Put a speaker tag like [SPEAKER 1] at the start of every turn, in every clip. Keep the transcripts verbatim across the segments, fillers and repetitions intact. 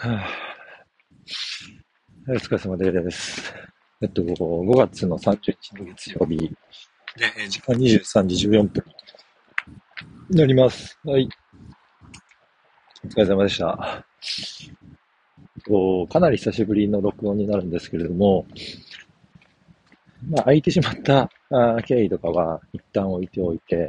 [SPEAKER 1] はあ、お疲れ様です。えっと、ごがつのさんじゅうにちの月曜日で、えー時間にじゅうさんじじゅうよんぷんになります。はい。お疲れ様でした。とかなり久しぶりの録音になるんですけれども、まあ、空いてしまったあー経緯とかは一旦置いておいて、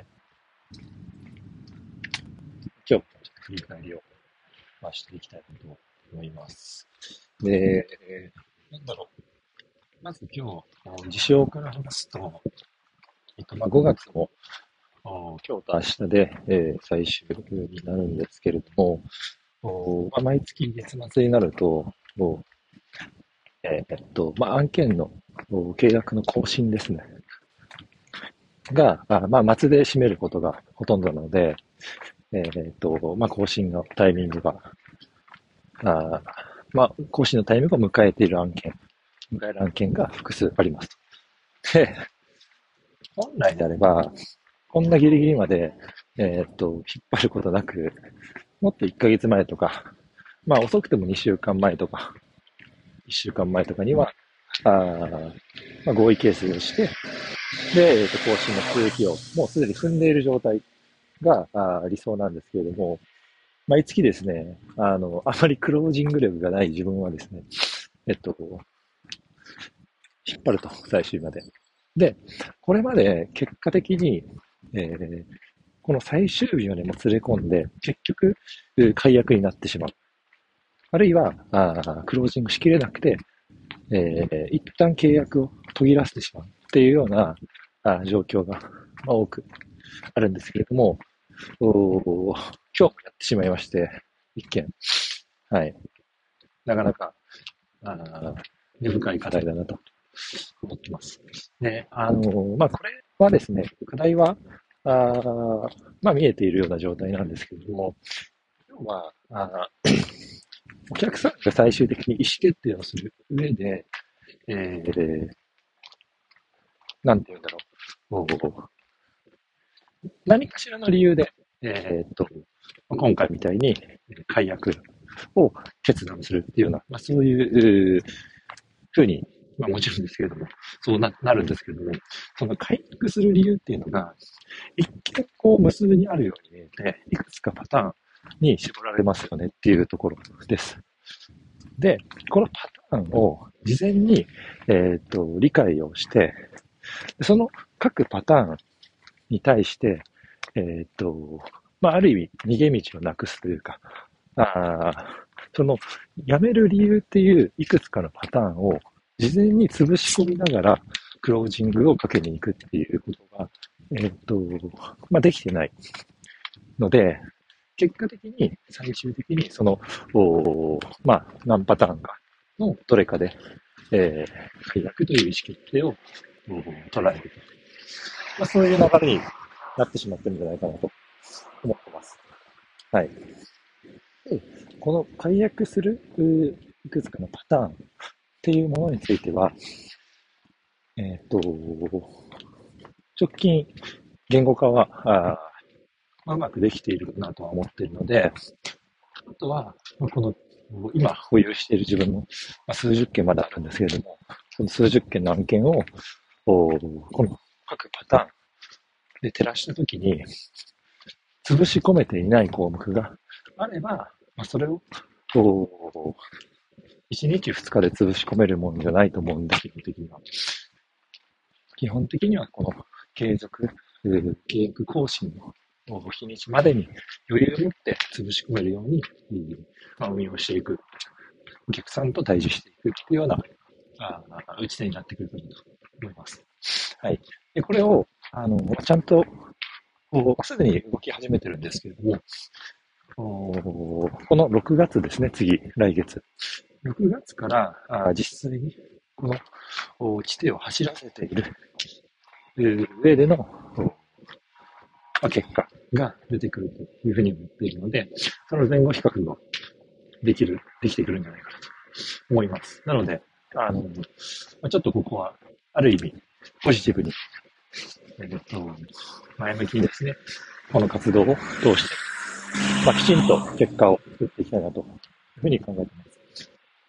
[SPEAKER 1] 今日、ちょっと振り返りを、まあ、していきたいなと思います。で、えーなんだろう。まず今日、事象から話すと、えっと、まあ、ごがつもお今日と明日で、えー最終になるんですけれども、おまあ、毎月月末になると、おえーっと、まあ、案件のお契約の更新ですね。が、あまあ、末で締めることがほとんどなので、えーっと、まあ、更新のタイミングが、あまあ、更新のタイミングを迎えている案件、迎える案件が複数あります。で、本来であれば、こんなギリギリまで、えーっと、引っ張ることなく、もっといっかげつまえとか、まあ遅くてもにしゅうかんまえとか、いっしゅうかんまえとかには、あまあ、合意形成をして、で、えーと、更新の続きをもうすでに踏んでいる状態があ理想なんですけれども、毎月ですね、あの、あまりクロージング力がない自分はですね、えっと、引っ張ると、最終まで。で、これまで結果的に、えーこの最終日までも連れ込んで、結局、解約になってしまう。あるいは、あクロージングしきれなくて、えー一旦契約を途切らせてしまうっていうようなあ状況が、まあ、多くあるんですけれども、お今日もやってしまいまして、一件。はい。なかなか、あ根深い課題だなと思ってます。で、あの、まあ、これはですね、課題は、あまあ、見えているような状態なんですけれども、要は、あお客さんが最終的に意思決定をする上で、えー、なんて言うんだろう。こう何かしらの理由で、えーっと、今回みたいに解約を決断するっていうような、まあ、そういうふうに、まあもちろんですけれども、そうななるんですけれども、その解約する理由っていうのが、一見こう無数にあるように見えて、いくつかパターンに絞られますよねっていうところです。で、このパターンを事前に、えーっと理解をして、その各パターンに対して、えーっと、まあ、ある意味、逃げ道をなくすというか、あその、やめる理由っていういくつかのパターンを事前に潰し込みながら、クロージングをかけに行くっていうことが、えーっと、まあ、できてないので、結果的に、最終的に、その、おまあ、何パターンかのどれかで、えー、解約という意思決定を捉えると。まあ、そういう流れになってしまってるんじゃないかなと思ってます。はい。で、この解約するいくつかのパターンっていうものについては、えっ、と、直近言語化はあまあうまくできているかなとは思っているので、あとは、この今保有している自分の、まあ、数十件まであるんですけれども、その数十件の案件を、この各パターンで照らしたときに、潰し込めていない項目があれば、まあ、それを、こう、いちにちふつかで潰し込めるもんじゃないと思うんで、基本的には。基本的には、この継続、契約更新の日にちまでに余裕を持って潰し込めるように、まあ、運用していく。お客さんと対峙していくっていうような、あ打ち手になってくるかなと思います。はい。で、これを、あの、ちゃんと、すでに動き始めてるんですけれども、このろくがつですね、次、来月。ろくがつからあ実際にこの地点を走らせている上での、まあ、結果が出てくるというふうに思っているので、その前後比較ができる、できてくるんじゃないかなと思います。なので、あの、ちょっとここは、ある意味、ポジティブに、えっと、前向きにですね、この活動を通して、まあ、きちんと結果を作っていきたいなというふうに考えています。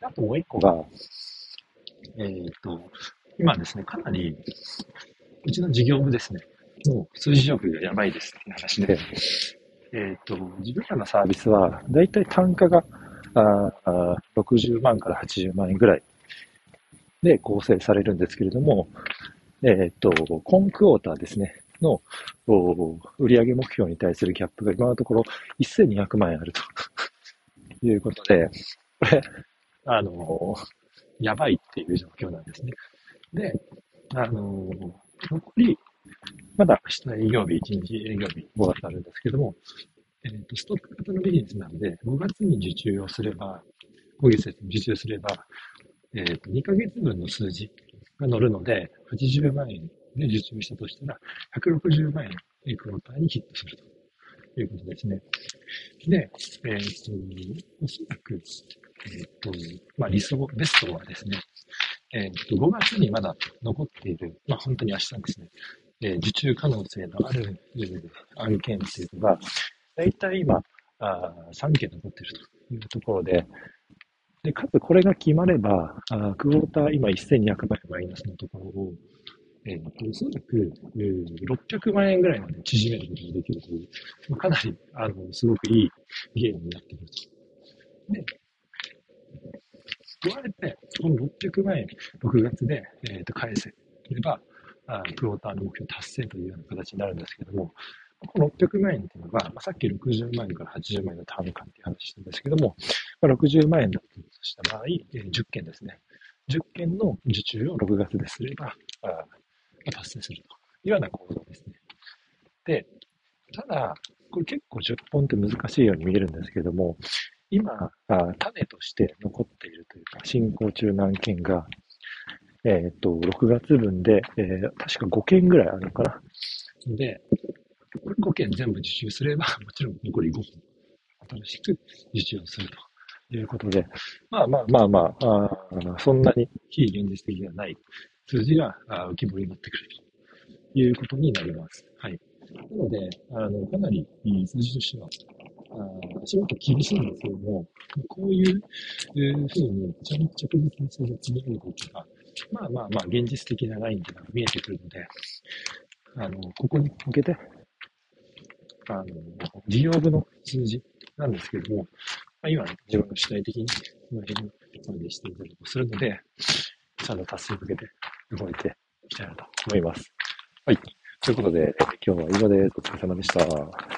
[SPEAKER 1] あともう一個が、えっと、今ですね、かなり、うちの事業部ですね、の数字状況がやばいですって話で、えっと、自分らのサービスは、だいたい単価が、ああろくじゅうまんからはちじゅうまん円ぐらいで構成されるんですけれども、えっと、今クォーターですね、のお売上目標に対するギャップが今のところせんにひゃくまん円あるということで、これ、あの、やばいっていう状況なんですね。で、あの、残り、まだ明日営業日、いちにち営業日ごがつあるんですけども、えっと、ストック型のビジネスなので、ごがつに受注をすれば、ご月に受注すれば、えっと、にかげつぶんの数字が乗るので、はちじゅうまん円で受注したとしたら、ひゃくろくじゅうまん円エクォーターにヒットするということですね。で、えっと、おそらく、えっと、まあ、理想、ベストはですね、えっと、ごがつにまだ残っている、まあ、本当に明日ですね、えー受注可能性のあるえー案件っていうのが、だいたい今、あーさんけん残っているというところで、で、かつこれが決まれば、あークォーター今せんにひゃくまん円マイナスのところを、えーと、おそらく、えーろっぴゃくまん円ぐらいまで縮めることができるという、まあ、かなり、あの、すごくいいゲームになっていると。で、加えて、このろっぴゃくまん円、ろくがつで、えーと返せれば、あクォーターの目標達成というような形になるんですけども、このろっぴゃくまん円っていうのが、まあ、さっきろくじゅうまん円からはちじゅうまん円の単価っていう話したんですけども、まあ、ろくじゅうまん円だとした場合、えーじゅっけんですね。じゅっけんの受注をろくがつですれば、あ達成するというような構造ですね。で、ただ、これ結構じゅっぽんって難しいように見えるんですけども、今、あ種として残っているというか、進行中の案件が、えっ、と、ろくがつぶんで、えー確かごけんぐらいあるのかな。で、これごけん全部受注すれば、もちろん残りごほん、新しく受注をするということで、まあまあまあまあ、あそんなに非現実的ではない数字があ浮き彫りになってくるということになります。はい。なので、あの、かなりいい数字としては、あ足元厳しいんですけども、こういうふうにちゃんと着実に数字を積み上げていけば、まあまあまあ、現実的なラインというのが見えてくるので、あの、ここに向けて、あの、事業部の数字なんですけども、まあ、今、自分が主体的にその辺にまでしていたりもするので、ちゃんと達成に向けて動いていきたいなと思います。はい。ということで、今日は以上です。お疲れ様でした。